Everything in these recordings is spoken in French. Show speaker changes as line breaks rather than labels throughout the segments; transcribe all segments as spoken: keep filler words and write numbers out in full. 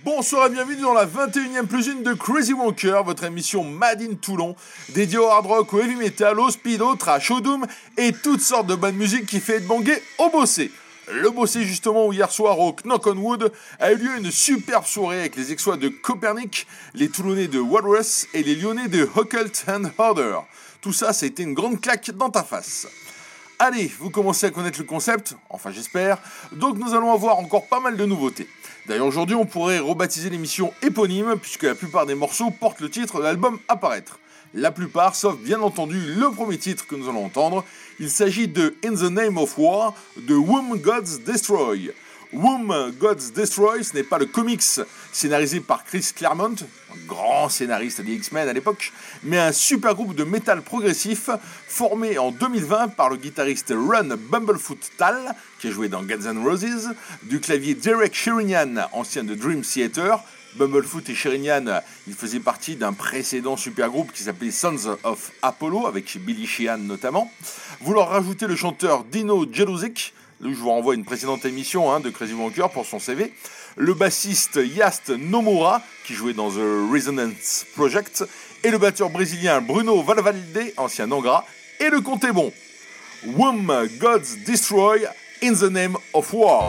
Bonsoir et bienvenue dans la vingt et unième plus une de Crazy Wonker, votre émission Made in Toulon, dédiée au hard rock, au heavy metal, au speed, au trash, au doom et toutes sortes de bonne musique qui fait être banguer au bossé. Le bossé justement où hier soir au Knock on Wood a eu lieu une superbe soirée avec les Aixois de Copernic, les Toulonnais de Walrus et les Lyonnais de Occult and Order. Tout ça, ça a été une grande claque dans ta face. Allez, vous commencez à connaître le concept, enfin j'espère, donc nous allons avoir encore pas mal de nouveautés. D'ailleurs aujourd'hui on pourrait rebaptiser l'émission éponyme puisque la plupart des morceaux portent le titre de l'album à paraître. La plupart, sauf bien entendu le premier titre que nous allons entendre, il s'agit de In the Name of War de Whom Gods Destroy. Whom Gods Destroy, ce n'est pas le comics scénarisé par Chris Claremont, un grand scénariste des X-Men à l'époque, mais un super groupe de métal progressif formé en deux mille vingt par le guitariste Ron Bumblefoot Thal, qui a joué dans Guns N' Roses, du clavier Derek Sherinian, ancien de Dream Theater. Bumblefoot et Sherinian, ils faisaient partie d'un précédent super groupe qui s'appelait Sons of Apollo, avec Billy Sheehan notamment. Vous leur rajoutez le chanteur Dino Jeluzik, je vous renvoie à une précédente émission hein, de Crazy Wonker pour son C V. Le bassiste Yast Nomura, qui jouait dans The Resonance Project. Et le batteur brésilien Bruno Valvalde, ancien Angra. Et le compte est bon. Whom Gods Destroy in the Name of War.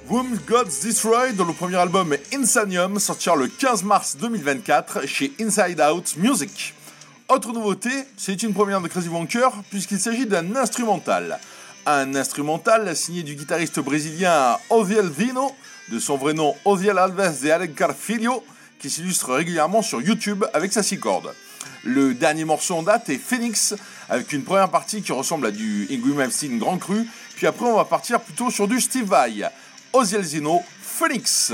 Whom Gods Destroy, dont le premier album Insanium sortira le quinze mars deux mille vingt-quatre chez Inside Out Music. Autre nouveauté, c'est une première de Crazy Wonker puisqu'il s'agit d'un instrumental. Un instrumental signé du guitariste brésilien Osiel Vino, de son vrai nom Osiel Alves de Alencar Filho, qui s'illustre régulièrement sur YouTube avec sa six cordes. Le dernier morceau en date est Phoenix, avec une première partie qui ressemble à du Yngwie Malmsteen Grand Cru, puis après on va partir plutôt sur du Steve Vai. Osiel Vino, Phoenix.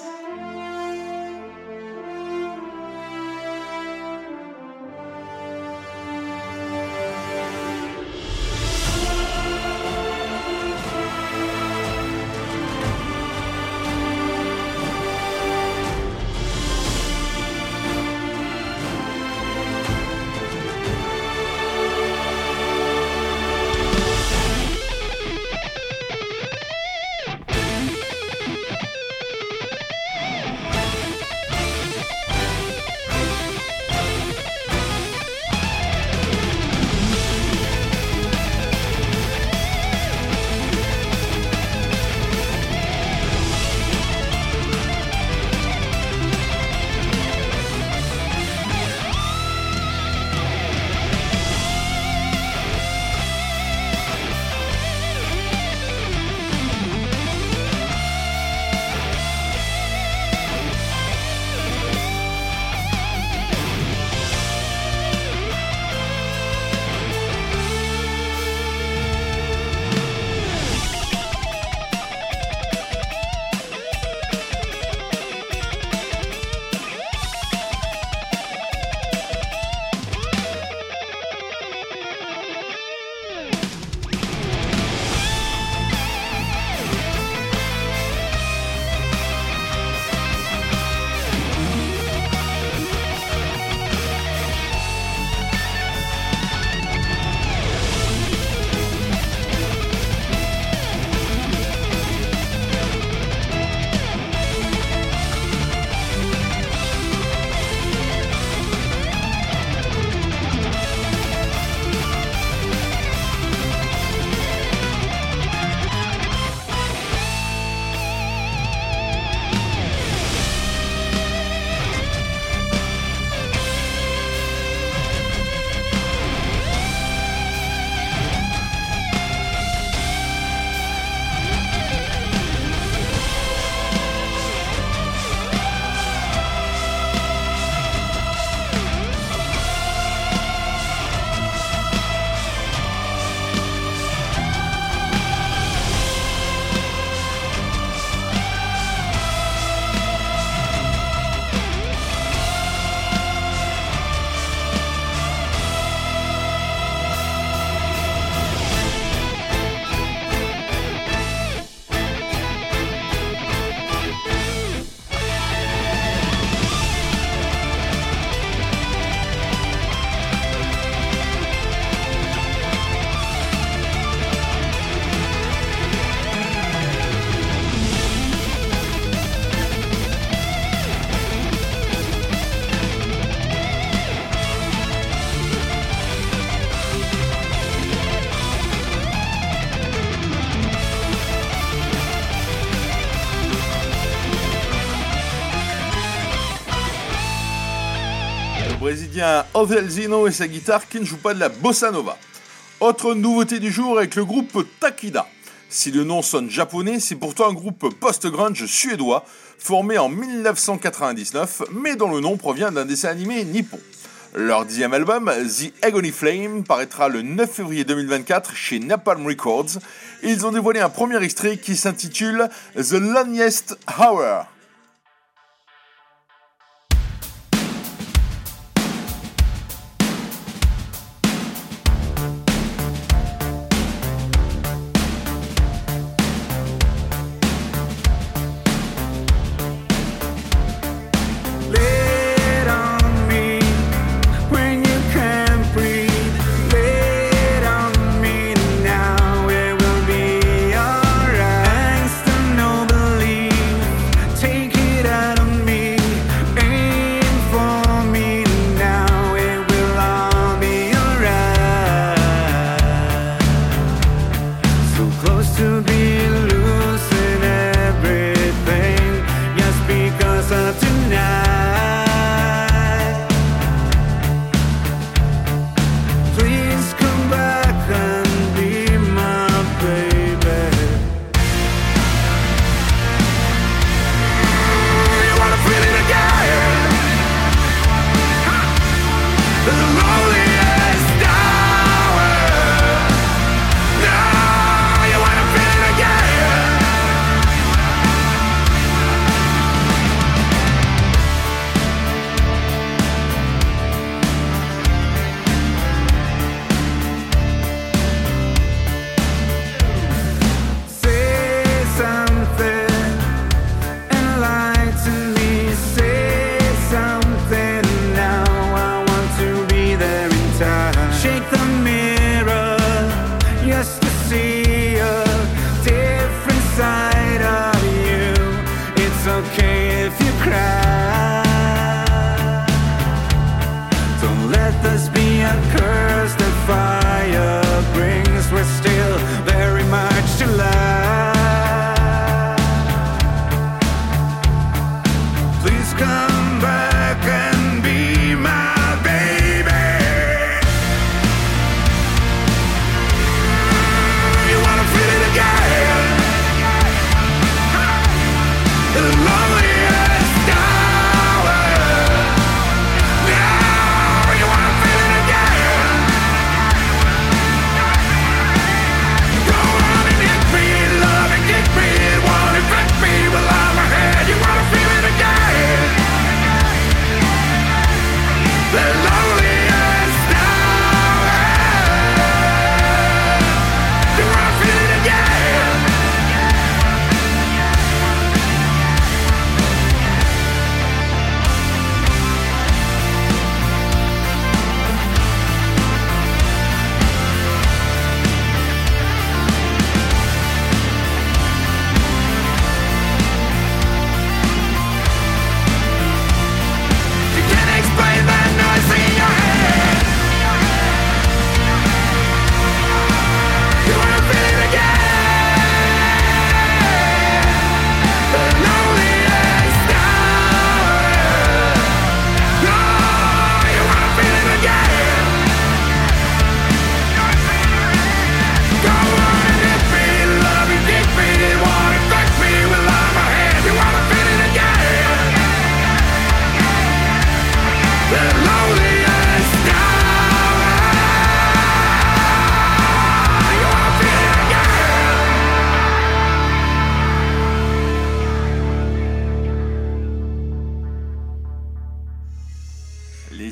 Brésilien Osiel Vino et sa guitare qui ne joue pas de la bossa nova. Autre nouveauté du jour avec le groupe Takida. Si le nom sonne japonais, c'est pourtant un groupe post-grunge suédois formé en dix-neuf cent quatre-vingt-dix-neuf, mais dont le nom provient d'un dessin animé nippon. Leur dixième album, The Agony Flame, paraîtra le neuf février deux mille vingt-quatre chez Napalm Records. Et ils ont dévoilé un premier extrait qui s'intitule The Loneliest Hour.
Take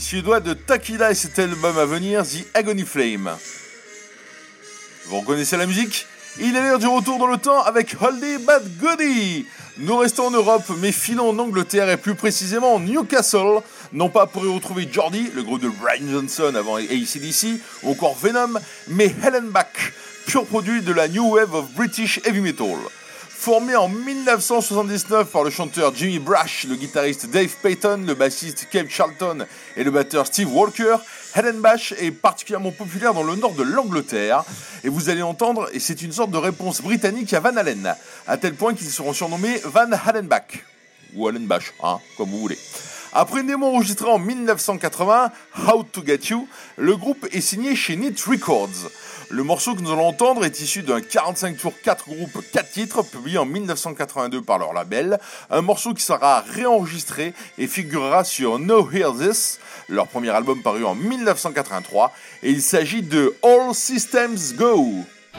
suédois de Takida et cet album à venir, The Agony Flame. Vous reconnaissez la musique ? Il est l'heure du retour dans le temps avec Oldie But Goodie. Nous restons en Europe, mais filons en Angleterre et plus précisément en Newcastle, non pas pour y retrouver Geordie, le groupe de Brian Johnson avant A C D C, ou encore Venom, mais Hellenbach, pur produit de la New Wave of British Heavy Metal. Formé en dix-neuf cent soixante-dix-neuf par le chanteur Jimmy Brash, le guitariste Dave Payton, le bassiste Kev Charlton et le batteur Steve Walker, Hellenbach est particulièrement populaire dans le nord de l'Angleterre. Et vous allez entendre, et c'est une sorte de réponse britannique à Van Halen, à tel point qu'ils seront surnommés Van Halenbach, ou Hallenbach, hein, comme vous voulez. Après une démo enregistrée en dix-neuf cent quatre-vingts, How to Get You, le groupe est signé chez Neat Records. Le morceau que nous allons entendre est issu d'un quarante-cinq tours quatre groupes quatre titres publié en dix-neuf cent quatre-vingt-deux par leur label, un morceau qui sera réenregistré et figurera sur No Hear This, leur premier album paru en dix-neuf cent quatre-vingt-trois, et il s'agit de All Systems Go.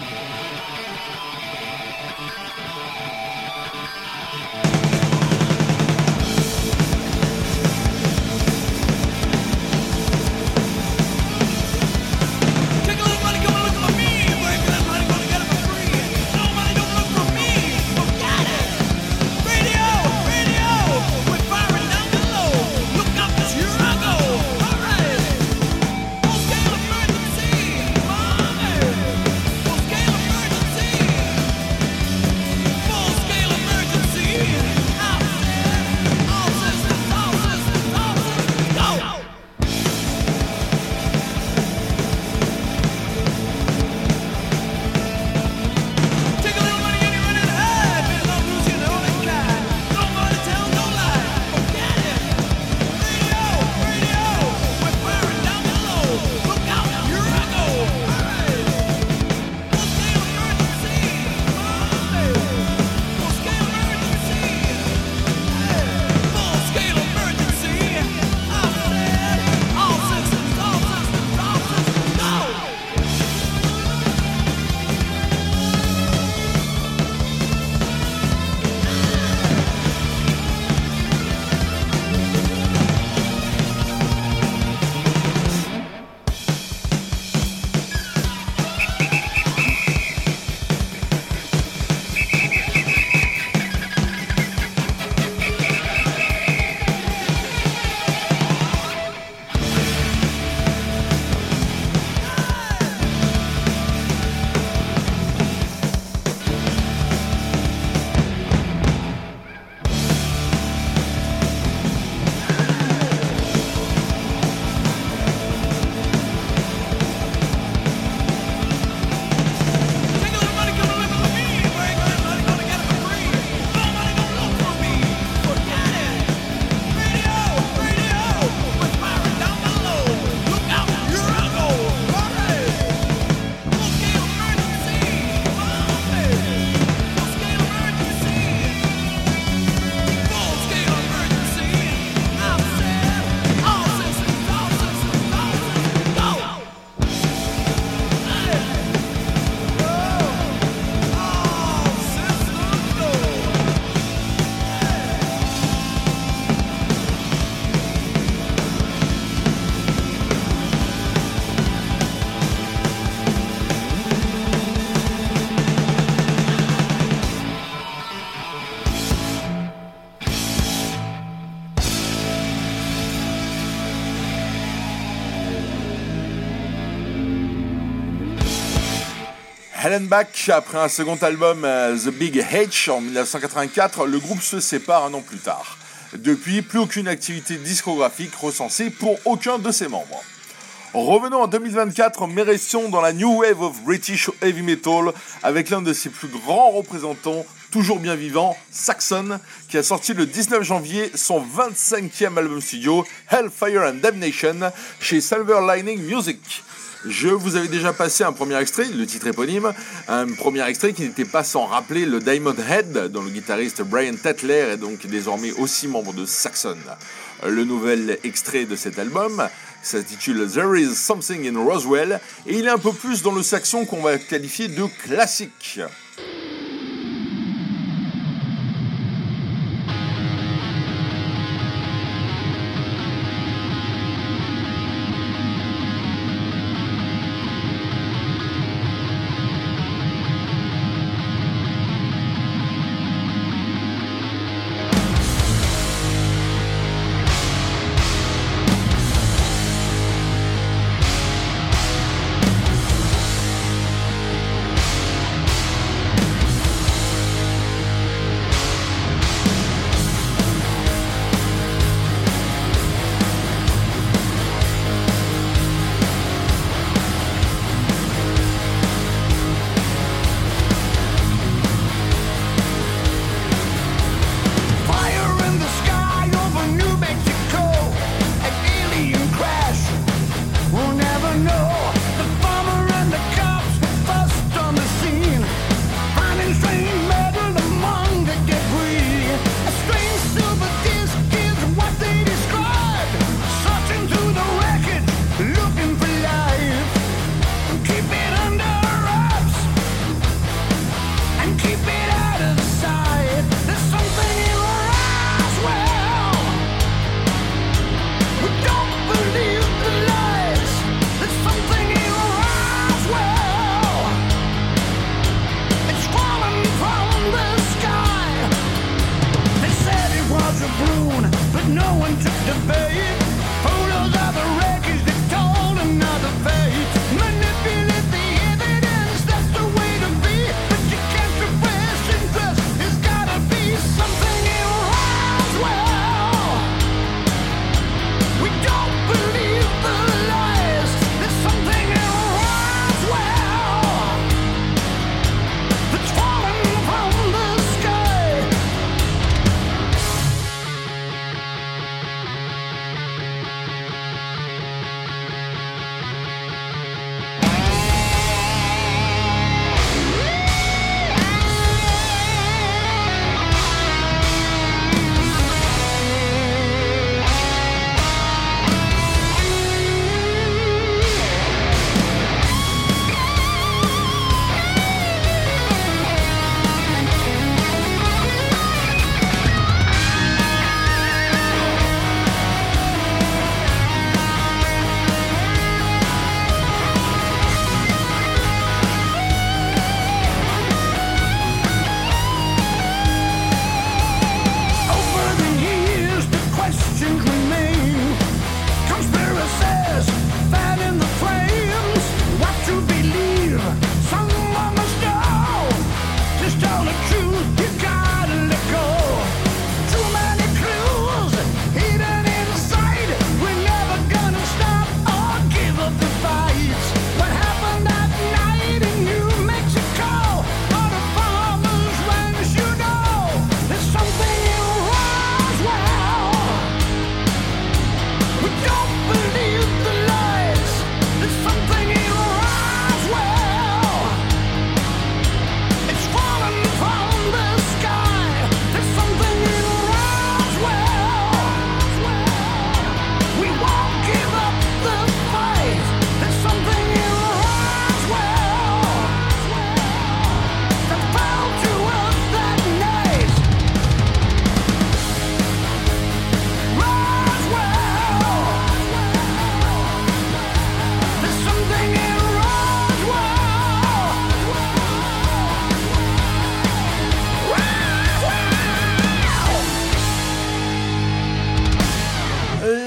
Hellenbach, après un second album uh, The Big H en dix-neuf cent quatre-vingt-quatre, le groupe se sépare un an plus tard. Depuis, plus aucune activité discographique recensée pour aucun de ses membres. Revenons en deux mille vingt-quatre, mais restons dans la New Wave of British Heavy Metal avec l'un de ses plus grands représentants, toujours bien vivant, Saxon, qui a sorti le dix-neuf janvier son vingt-cinquième album studio, Hellfire and Damnation, chez Silver Lining Music. Je vous avais déjà passé un premier extrait, le titre éponyme, un premier extrait qui n'était pas sans rappeler le Diamond Head, dont le guitariste Brian Tatler est donc désormais aussi membre de Saxon. Le nouvel extrait de cet album s'intitule There is Something in Roswell, et il est un peu plus dans le saxon qu'on va qualifier de classique.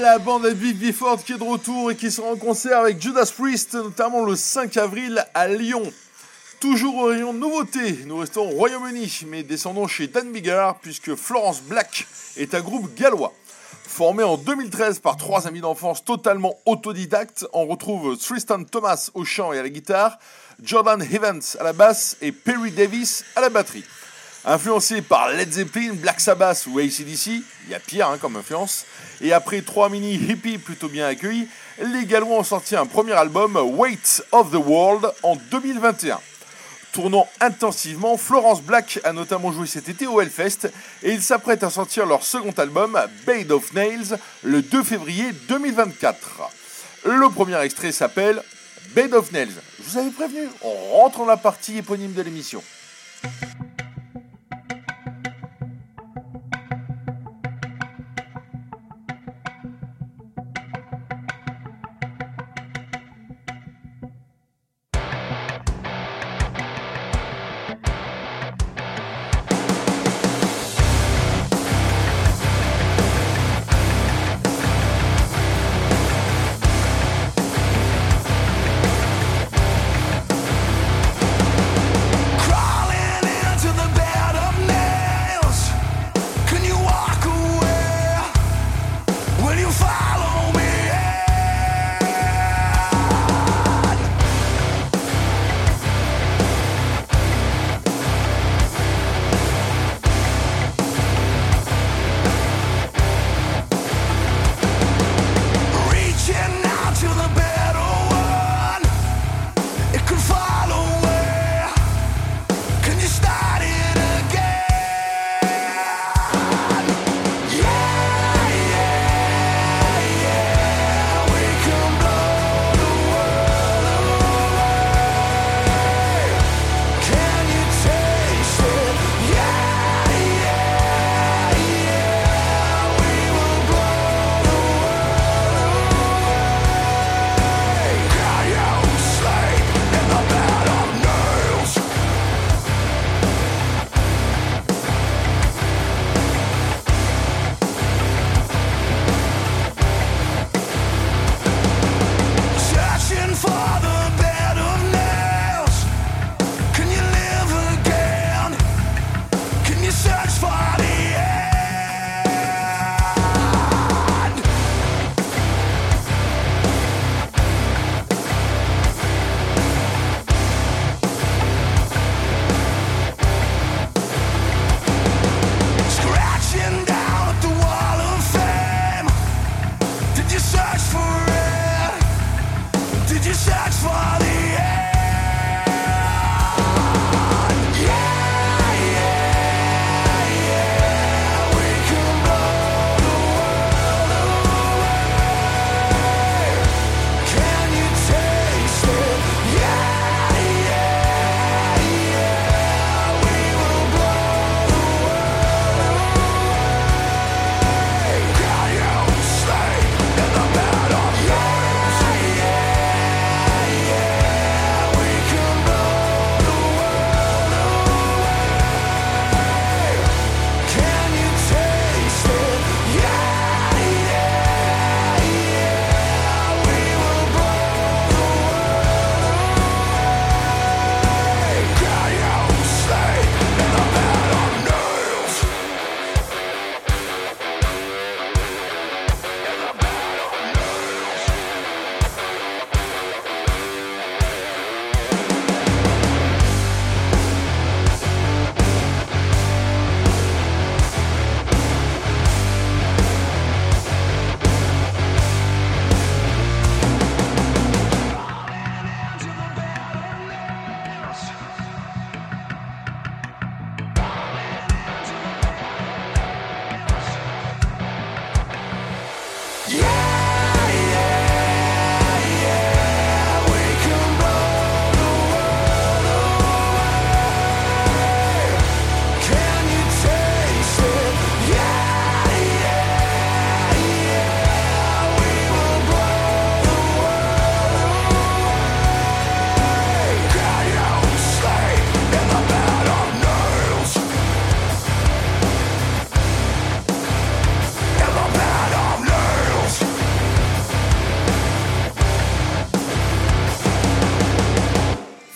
la bande à Big Bifford qui est de retour et qui sera en concert avec Judas Priest, notamment le cinq avril à Lyon. Toujours au rayon de nouveautés, nous restons au Royaume-Uni, mais descendons chez Dan Biggar, puisque Florence Black est un groupe gallois. Formé en deux mille treize par trois amis d'enfance totalement autodidactes, on retrouve Tristan Thomas au chant et à la guitare, Jordan Evans à la basse et Perry Davis à la batterie. Influencé par Led Zeppelin, Black Sabbath ou A C D C, il y a pire hein, comme influence, et après trois mini hippies plutôt bien accueillis, les Gallois ont sorti un premier album, Weight of the World, en deux mille vingt et un. Tournant intensivement, Florence Black a notamment joué cet été au Hellfest et ils s'apprêtent à sortir leur second album, Bed of Nails, le deux février deux mille vingt-quatre. Le premier extrait s'appelle Bed of Nails. Je vous avais prévenu, on rentre dans la partie éponyme de l'émission.
Crawling in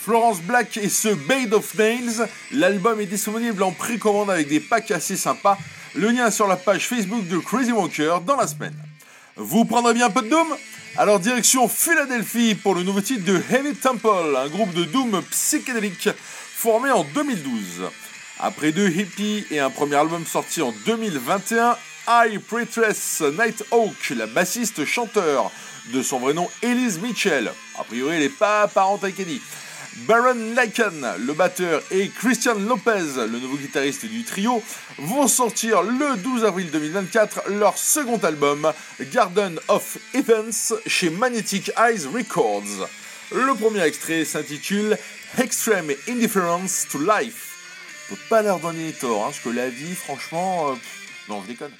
Florence Black et ce Bade of Nails. L'album est disponible en précommande avec des packs assez sympas. Le lien est sur la page Facebook de Crazy Wonker dans la semaine. Vous prendrez bien un peu de Doom ? Alors direction Philadelphie pour le nouveau titre de Heavy Temple, un groupe de Doom psychédélique formé en deux mille douze. Après deux hippies et un premier album sorti en deux mille vingt et un, High Priestess Nighthawk, la bassiste chanteur de son vrai nom Elise Mitchell, a priori elle n'est pas parente avec Eddie, Baron Lycan, le batteur, et Christian Lopez, le nouveau guitariste du trio, vont sortir le douze avril deux mille vingt-quatre leur second album, Garden of Events, chez Magnetic Eyes Records. Le premier extrait s'intitule Extreme Indifference to Life. On peut pas leur donner tort, hein, parce que la vie, franchement, euh, pff, non, je déconne.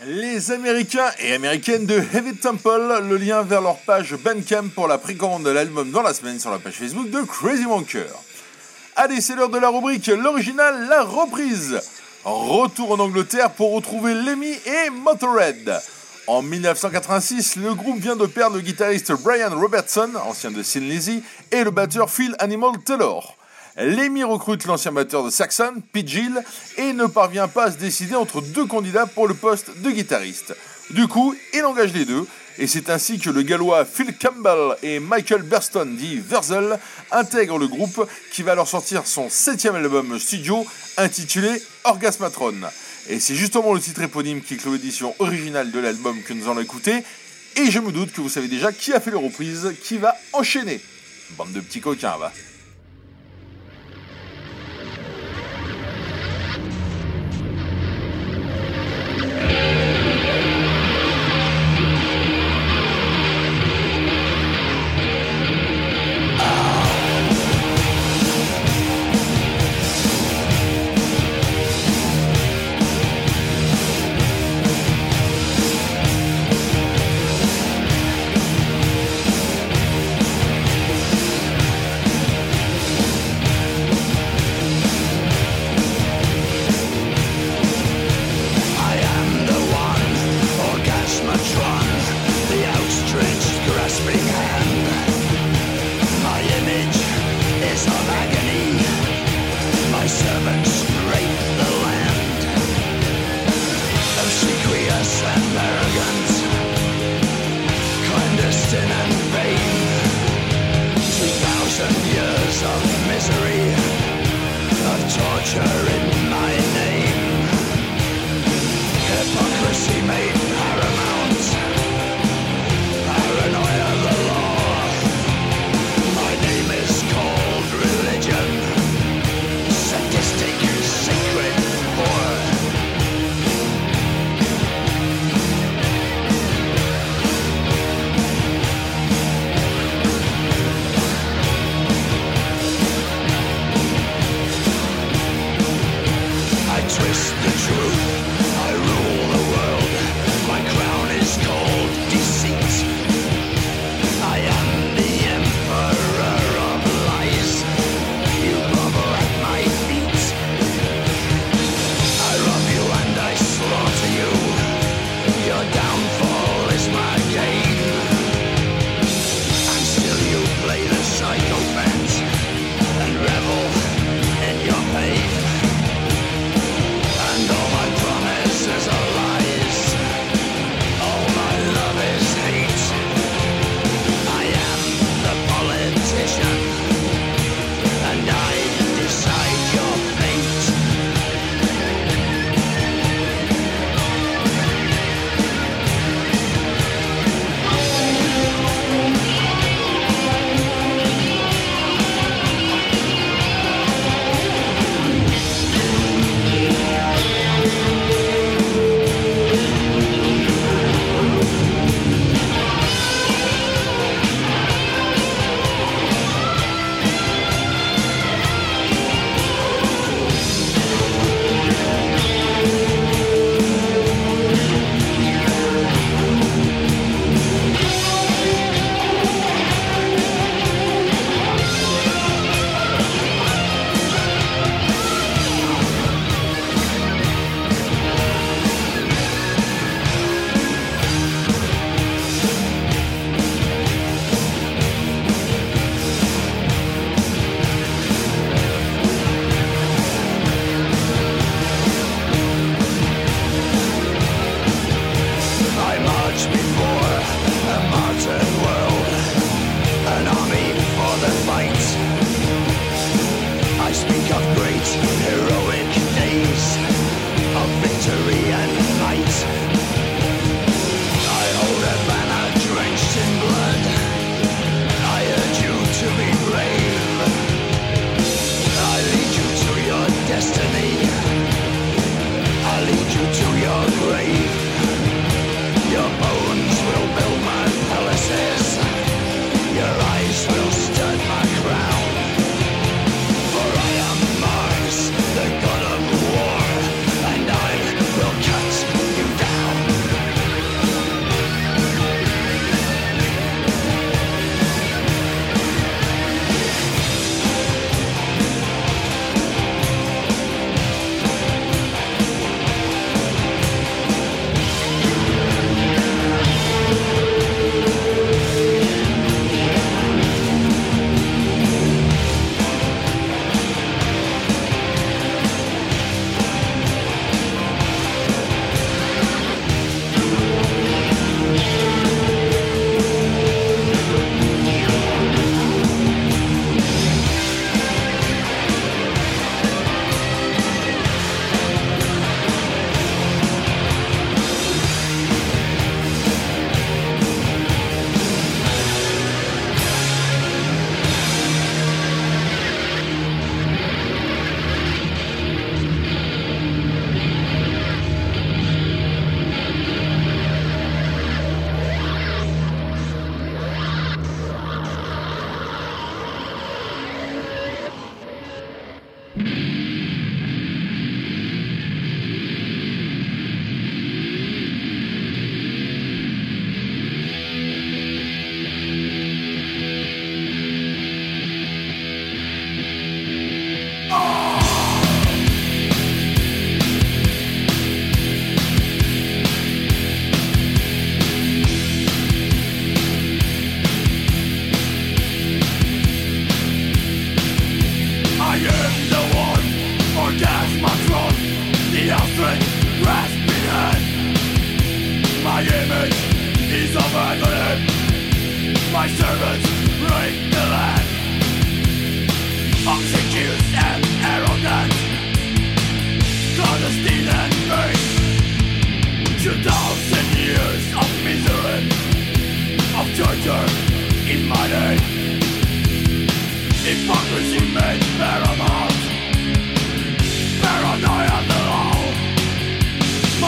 Les Américains et Américaines de Heavy Temple, le lien vers leur page Bandcamp pour la précommande de l'album dans la semaine sur la page Facebook de Crazy Wanker. Allez, c'est l'heure de la rubrique l'original, la reprise. Retour en Angleterre pour retrouver Lemmy et Motorhead. En dix-neuf cent quatre-vingt-six, le groupe vient de perdre le guitariste Brian Robertson, ancien de Thin Lizzy, et le batteur Phil Animal Taylor. Lemmy recrute l'ancien batteur de Saxon, Pete Gill, et ne parvient pas à se décider entre deux candidats pour le poste de guitariste. Du coup, il engage les deux, et c'est ainsi que le gallois Phil Campbell et Michael Burston, dit Wurzel, intègrent le groupe qui va leur sortir son septième album studio intitulé Orgasmatron. Et c'est justement le titre éponyme qui clôt l'édition originale de l'album que nous allons écouter, et je me doute que vous savez déjà qui a fait les reprises, qui va enchaîner. Bande de petits coquins, va.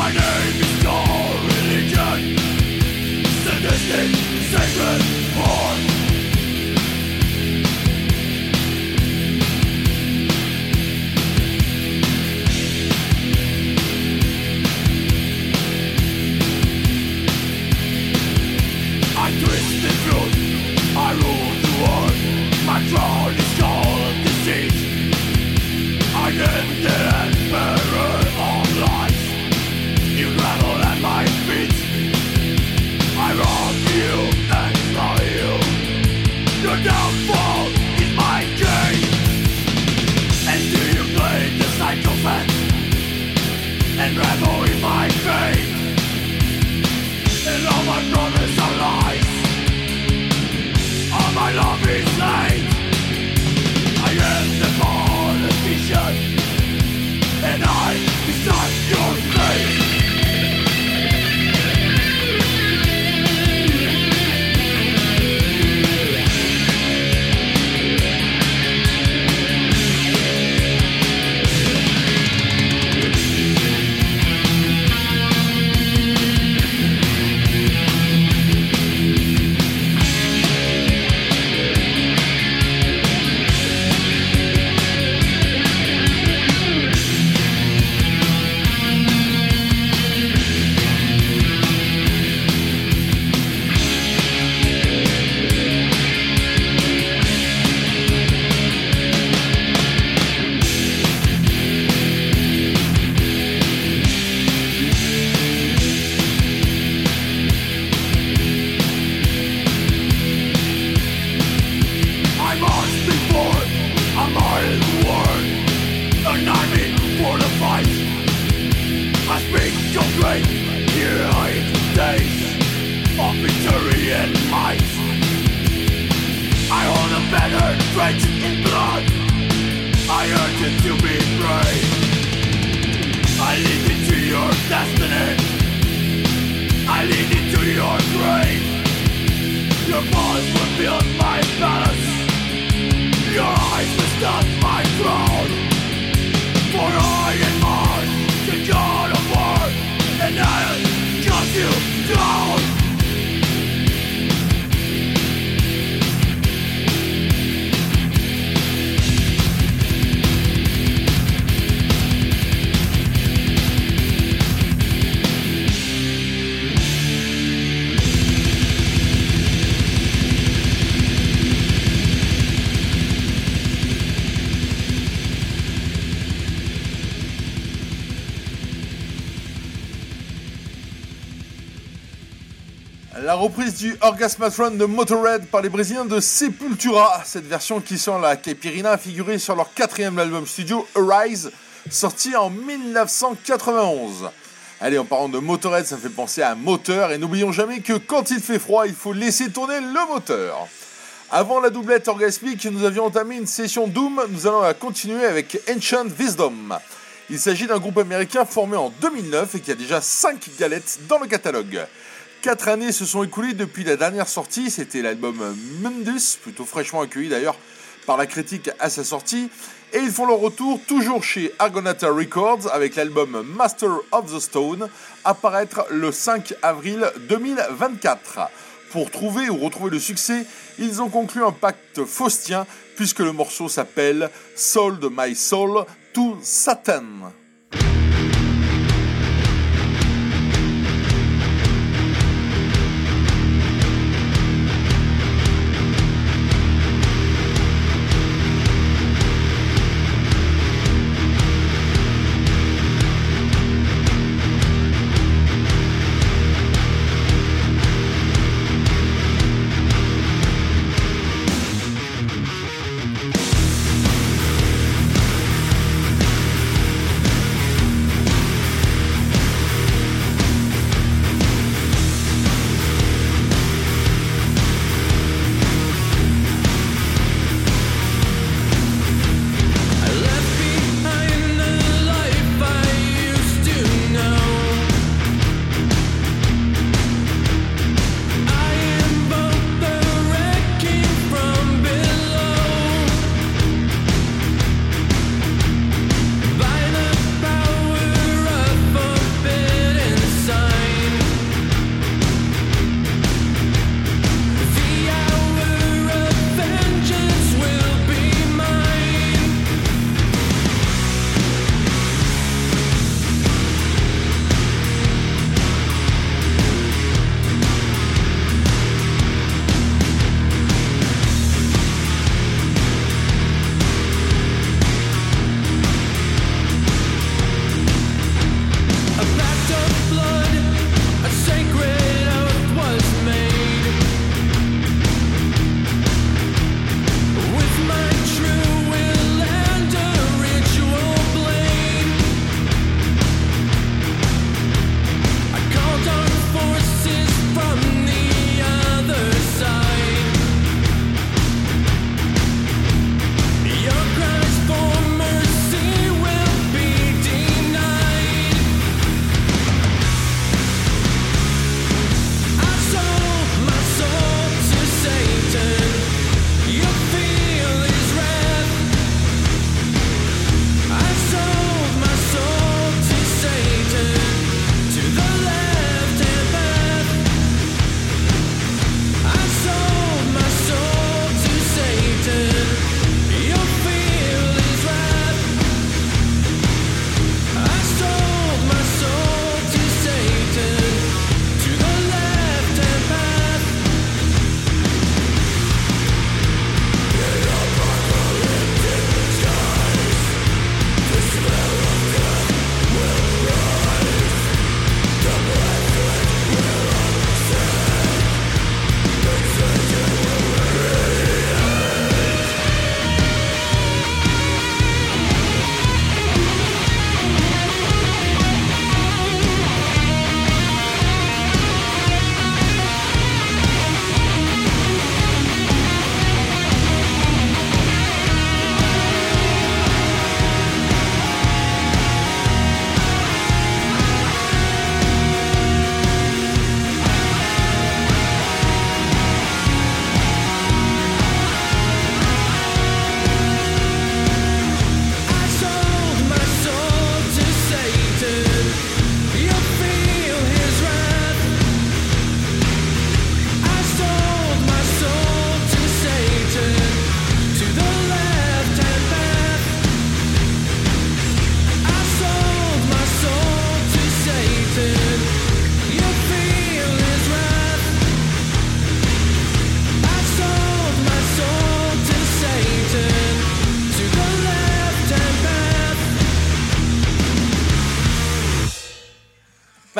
La reprise du Orgasmatron de Motorhead par les Brésiliens de Sepultura. Cette version qui sent la caipirinha a figuré sur leur quatrième album studio Arise, sorti en dix-neuf cent quatre-vingt-onze. Allez, en parlant de Motorhead, ça me fait penser à un moteur, et n'oublions jamais que quand il fait froid, il faut laisser tourner le moteur. Avant la doublette orgasmique, nous avions entamé une session Doom, nous allons la continuer avec Ancient Wisdom. Il s'agit d'un groupe américain formé en deux mille neuf et qui a déjà cinq galettes dans le catalogue. Quatre années se sont écoulées depuis la dernière sortie, c'était l'album Mundus, plutôt fraîchement accueilli d'ailleurs par la critique à sa sortie, et ils font leur retour toujours chez Argonauta Records avec l'album Master of the Stone, à paraître le cinq avril deux mille vingt-quatre. Pour trouver ou retrouver le succès, ils ont conclu un pacte faustien puisque le morceau s'appelle Sold My Soul to Satan.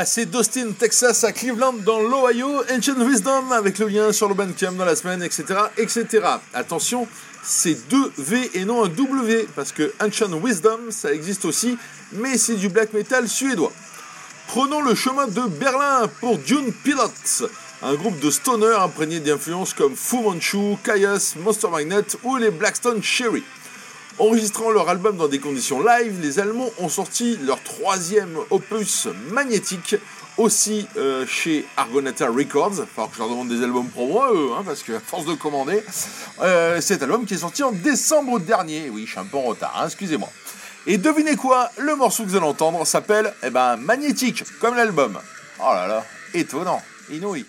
passé d'Austin, Texas à Cleveland dans l'Ohio, Ancient Wisdom avec le lien sur le Bandcamp dans la semaine, et cetera, et cetera. Attention, c'est deux V et non un W, parce que Ancient Wisdom, ça existe aussi, mais c'est du black metal suédois. Prenons le chemin de Berlin pour Dune Pilots, un groupe de stoner imprégné d'influences comme Fu Manchu, Caius, Monster Magnet ou les Blackstone Cherry. Enregistrant leur album dans des conditions live, les Allemands ont sorti leur troisième opus magnétique, aussi euh, chez Argonauta Records. Il va falloir que je leur demande des albums promo à eux, hein, parce que à force de commander, euh, cet album qui est sorti en décembre dernier. Oui, je suis un peu en retard, hein, excusez-moi. Et devinez quoi, le morceau que vous allez entendre s'appelle eh ben, Magnétique, comme l'album. Oh là là, étonnant, inouï.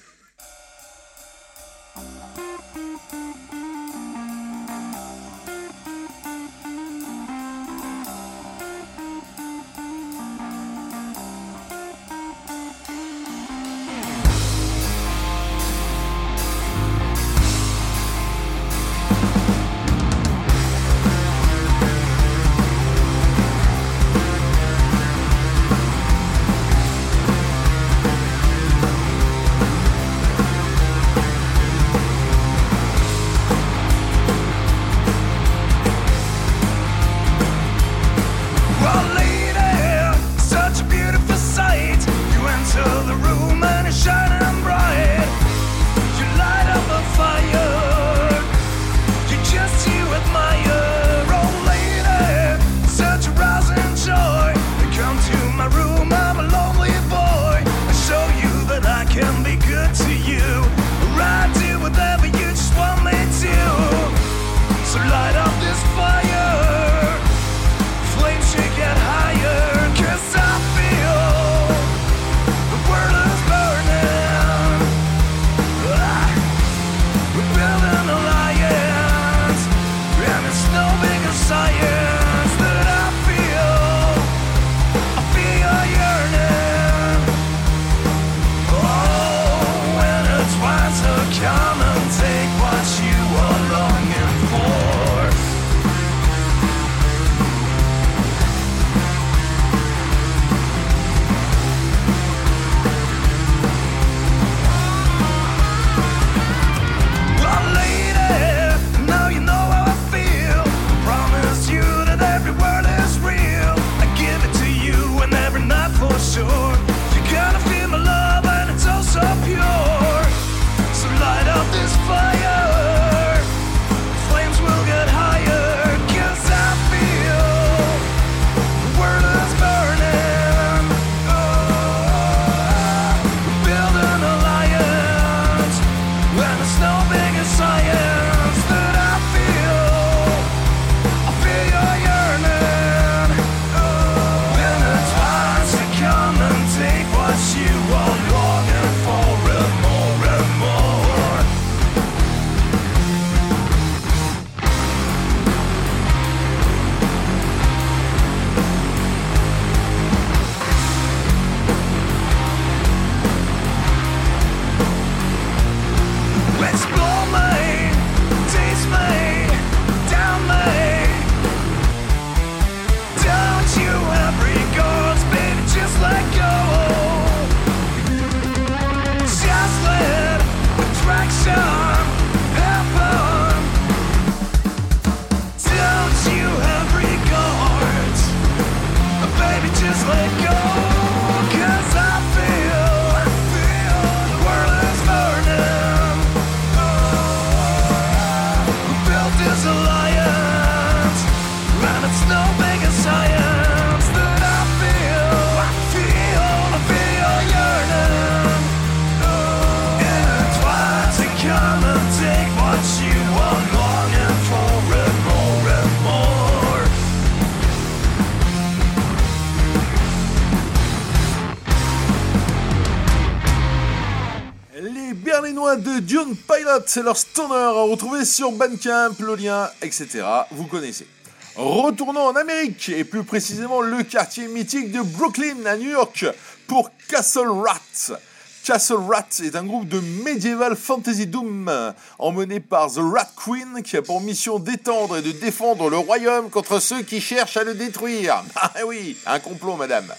De Dune Pilot, c'est leur stoner à retrouver sur Bandcamp, le lien, et cetera. Vous connaissez. Retournons en Amérique, et plus précisément le quartier mythique de Brooklyn à New York, pour Castle Rat. Castle Rat est un groupe de Medieval Fantasy Doom, emmené par The Rat Queen, qui a pour mission d'étendre et de défendre le royaume contre ceux qui cherchent à le détruire. Ah oui, un complot, madame.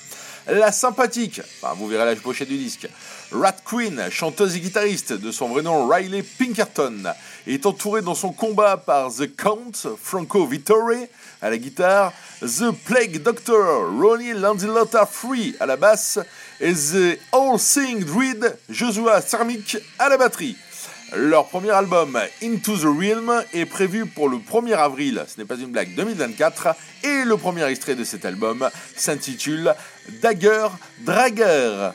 La sympathique, enfin vous verrez la pochette du disque, Rat Queen, chanteuse et guitariste de son vrai nom Riley Pinkerton, est entourée dans son combat par The Count, Franco Vittore à la guitare, The Plague Doctor, Ronnie Lanzillotta Free à la basse et The All Seeing Druid, Joshua Sarmik à la batterie. Leur premier album, Into the Realm, est prévu pour le premier avril, ce n'est pas une blague, deux mille vingt-quatre, et le premier extrait de cet album s'intitule Dagger Dragger.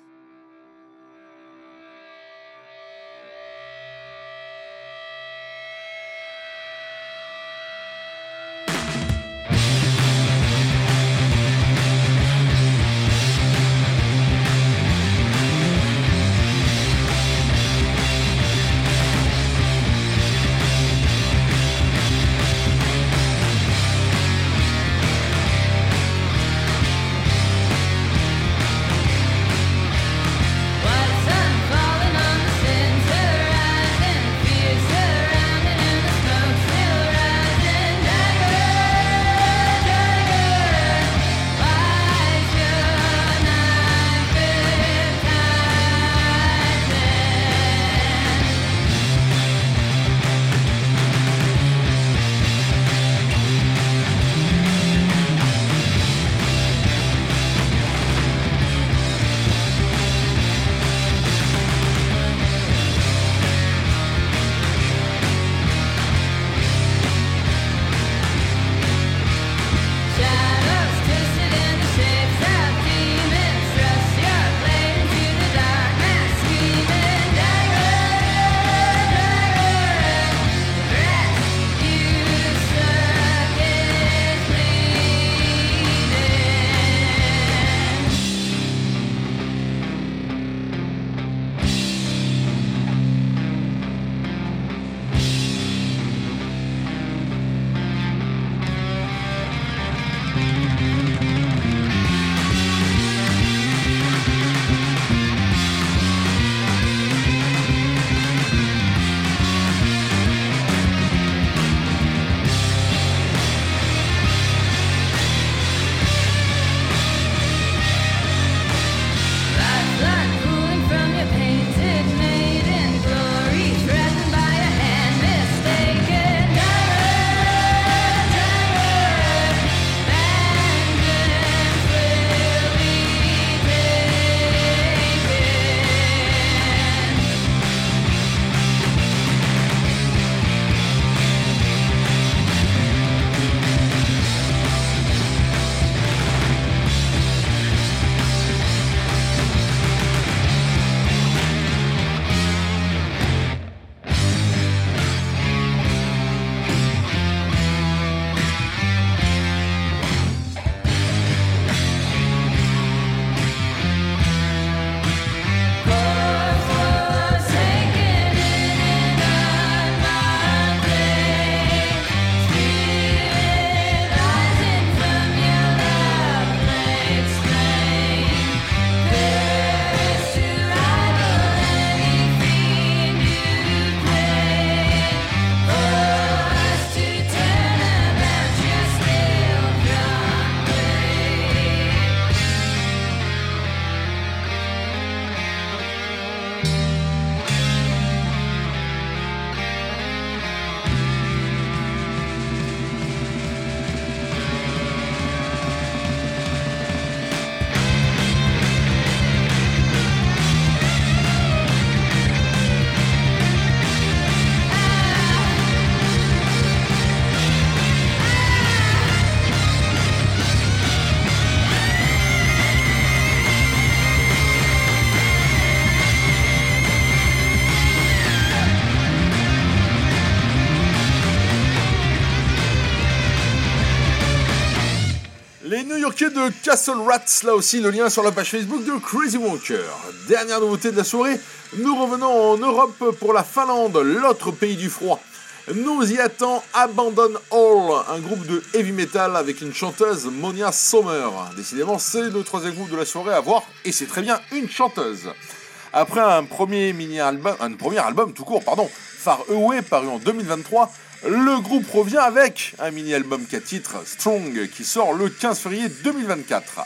Les New-Yorkais de Castle Rats, là aussi le lien sur la page Facebook de Crazy Wonker. Dernière nouveauté de la soirée, nous revenons en Europe pour la Finlande, l'autre pays du froid. Nous y attend Abandon All, un groupe de heavy metal avec une chanteuse, Monia Sommer. Décidément, c'est le troisième groupe de la soirée à voir, et c'est très bien une chanteuse. Après un premier mini-album, un premier album tout court, pardon, Far Away, paru en deux mille vingt-trois, le groupe revient avec un mini-album quatre titres, Strong, qui sort le quinze février deux mille vingt-quatre.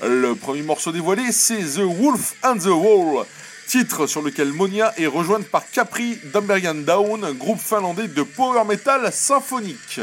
Le premier morceau dévoilé, c'est The Wolf and the Wall, titre sur lequel Monia est rejointe par Capri d'Ambergan Down, groupe finlandais de power metal symphonique.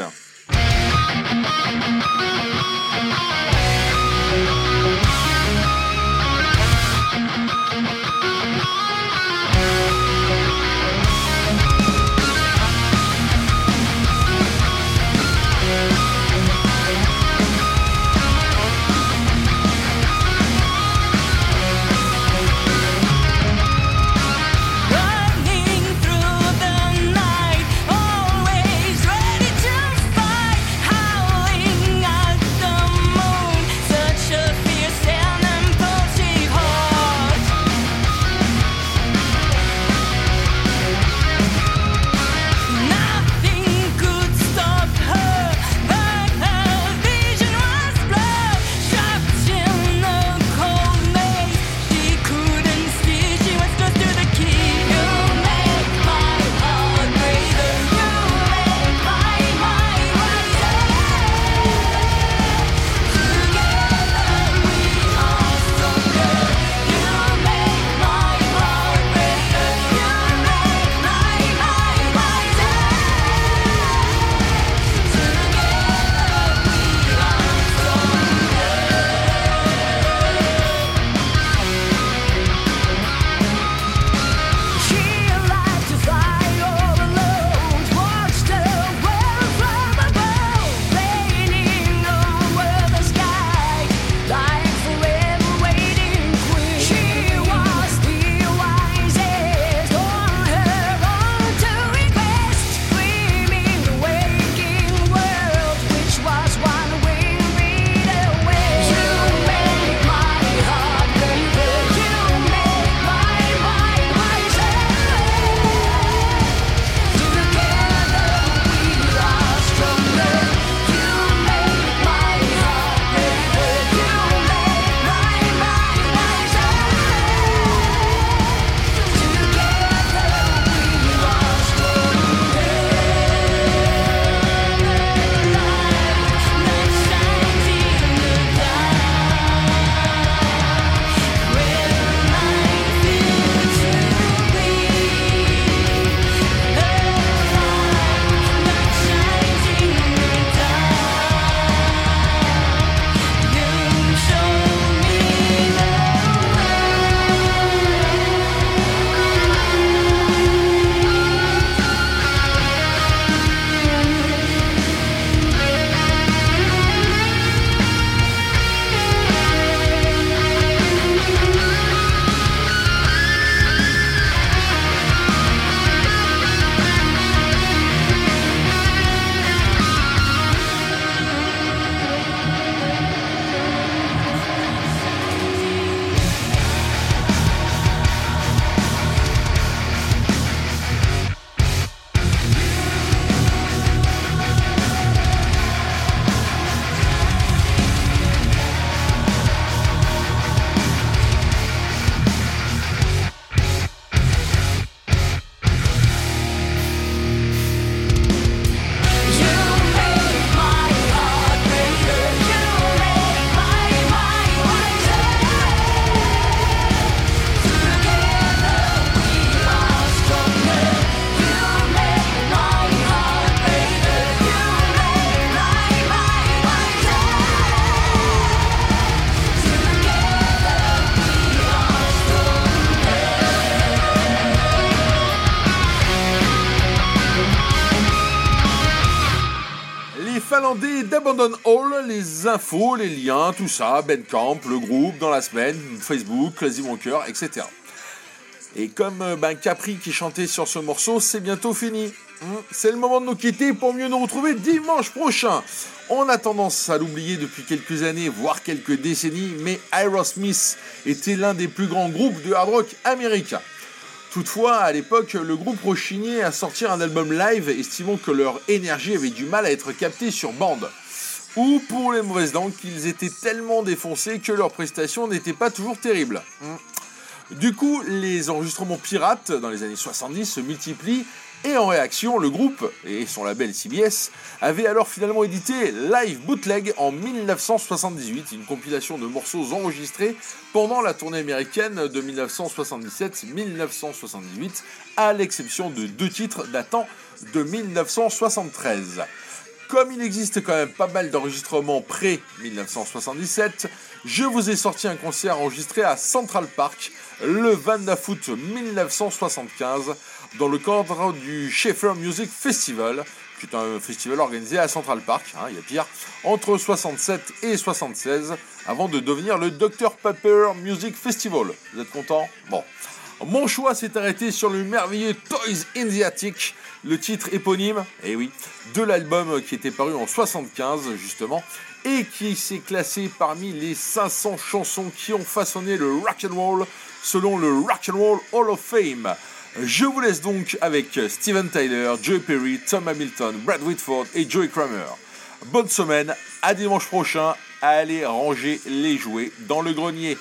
Finlandais d'Abandon Hall, les infos, les liens, tout ça, Bandcamp, le groupe, dans la semaine, Facebook, Crazy Wonker, et cetera. Et comme ben, Capri qui chantait sur ce morceau, c'est bientôt fini. C'est le moment de nous quitter pour mieux nous retrouver dimanche prochain. On a tendance à l'oublier depuis quelques années, voire quelques décennies, mais Aerosmith était l'un des plus grands groupes de hard rock américain. Toutefois, à l'époque, le groupe rechignait à sortir un album live, estimant que leur énergie avait du mal à être captée sur bande. Ou, pour les mauvaises langues, qu'ils étaient tellement défoncés que leurs prestations n'étaient pas toujours terribles. Du coup, les enregistrements pirates dans les années soixante-dix se multiplient Et en réaction, le groupe, et son label C B S, avait alors finalement édité Live Bootleg en dix-neuf cent soixante-dix-huit, une compilation de morceaux enregistrés pendant la tournée américaine de dix-neuf cent soixante-dix-sept dix-neuf cent soixante-dix-huit, à l'exception de deux titres datant de dix-neuf cent soixante-treize. Comme il existe quand même pas mal d'enregistrements pré-dix-neuf cent soixante-dix-sept, je vous ai sorti un concert enregistré à Central Park le vingt-neuf août dix-neuf cent soixante-quinze dans le cadre du Schaefer Music Festival, qui est un festival organisé à Central Park, hein, il y a pire, entre soixante-sept et soixante-seize, avant de devenir le docteur Pepper Music Festival. Vous êtes content ? Bon. Mon choix s'est arrêté sur le merveilleux Toys in the Attic, le titre éponyme, eh oui, de l'album qui était paru en soixante-quinze justement, et qui s'est classé parmi les cinq cents chansons qui ont façonné le rock'n'roll selon le Rock'n'Roll Hall of Fame. Je vous laisse donc avec Steven Tyler, Joe Perry, Tom Hamilton, Brad Whitford et Joey Kramer. Bonne semaine, à dimanche prochain, allez ranger les jouets dans le grenier.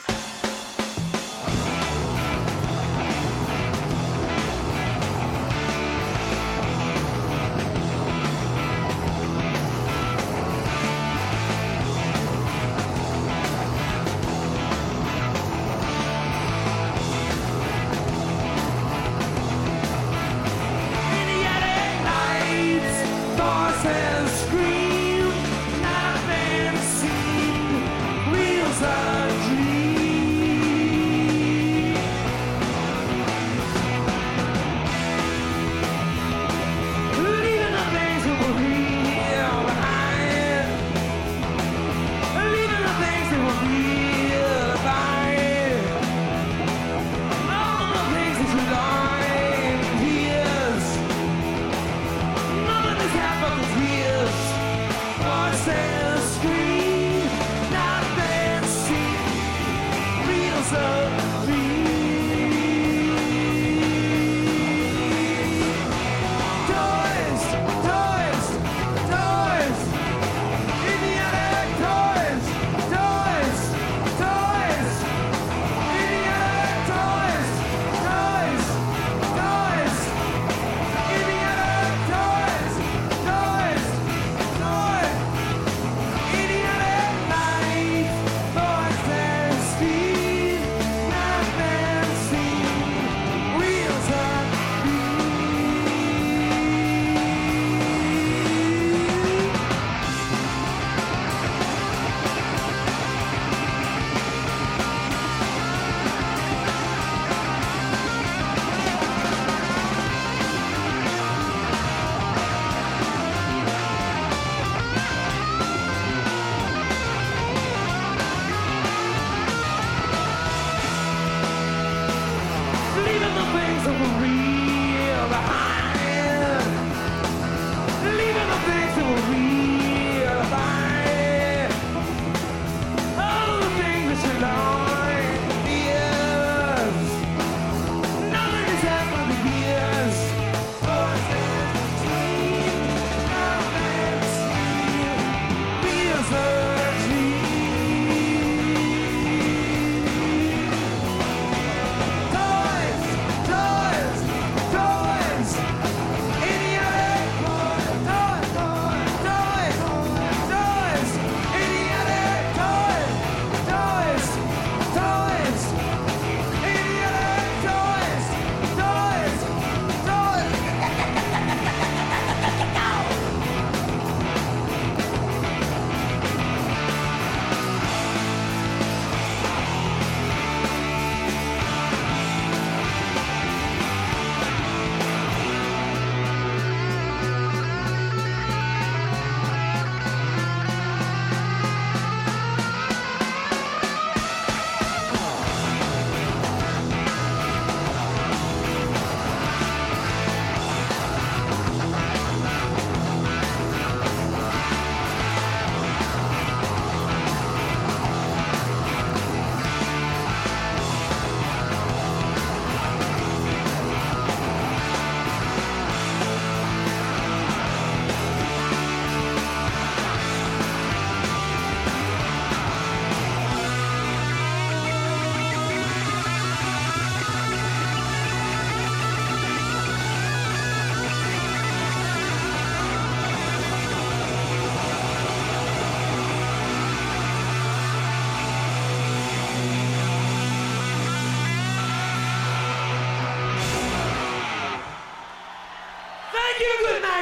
Scream, not been seen, wheels are dream.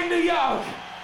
in New York.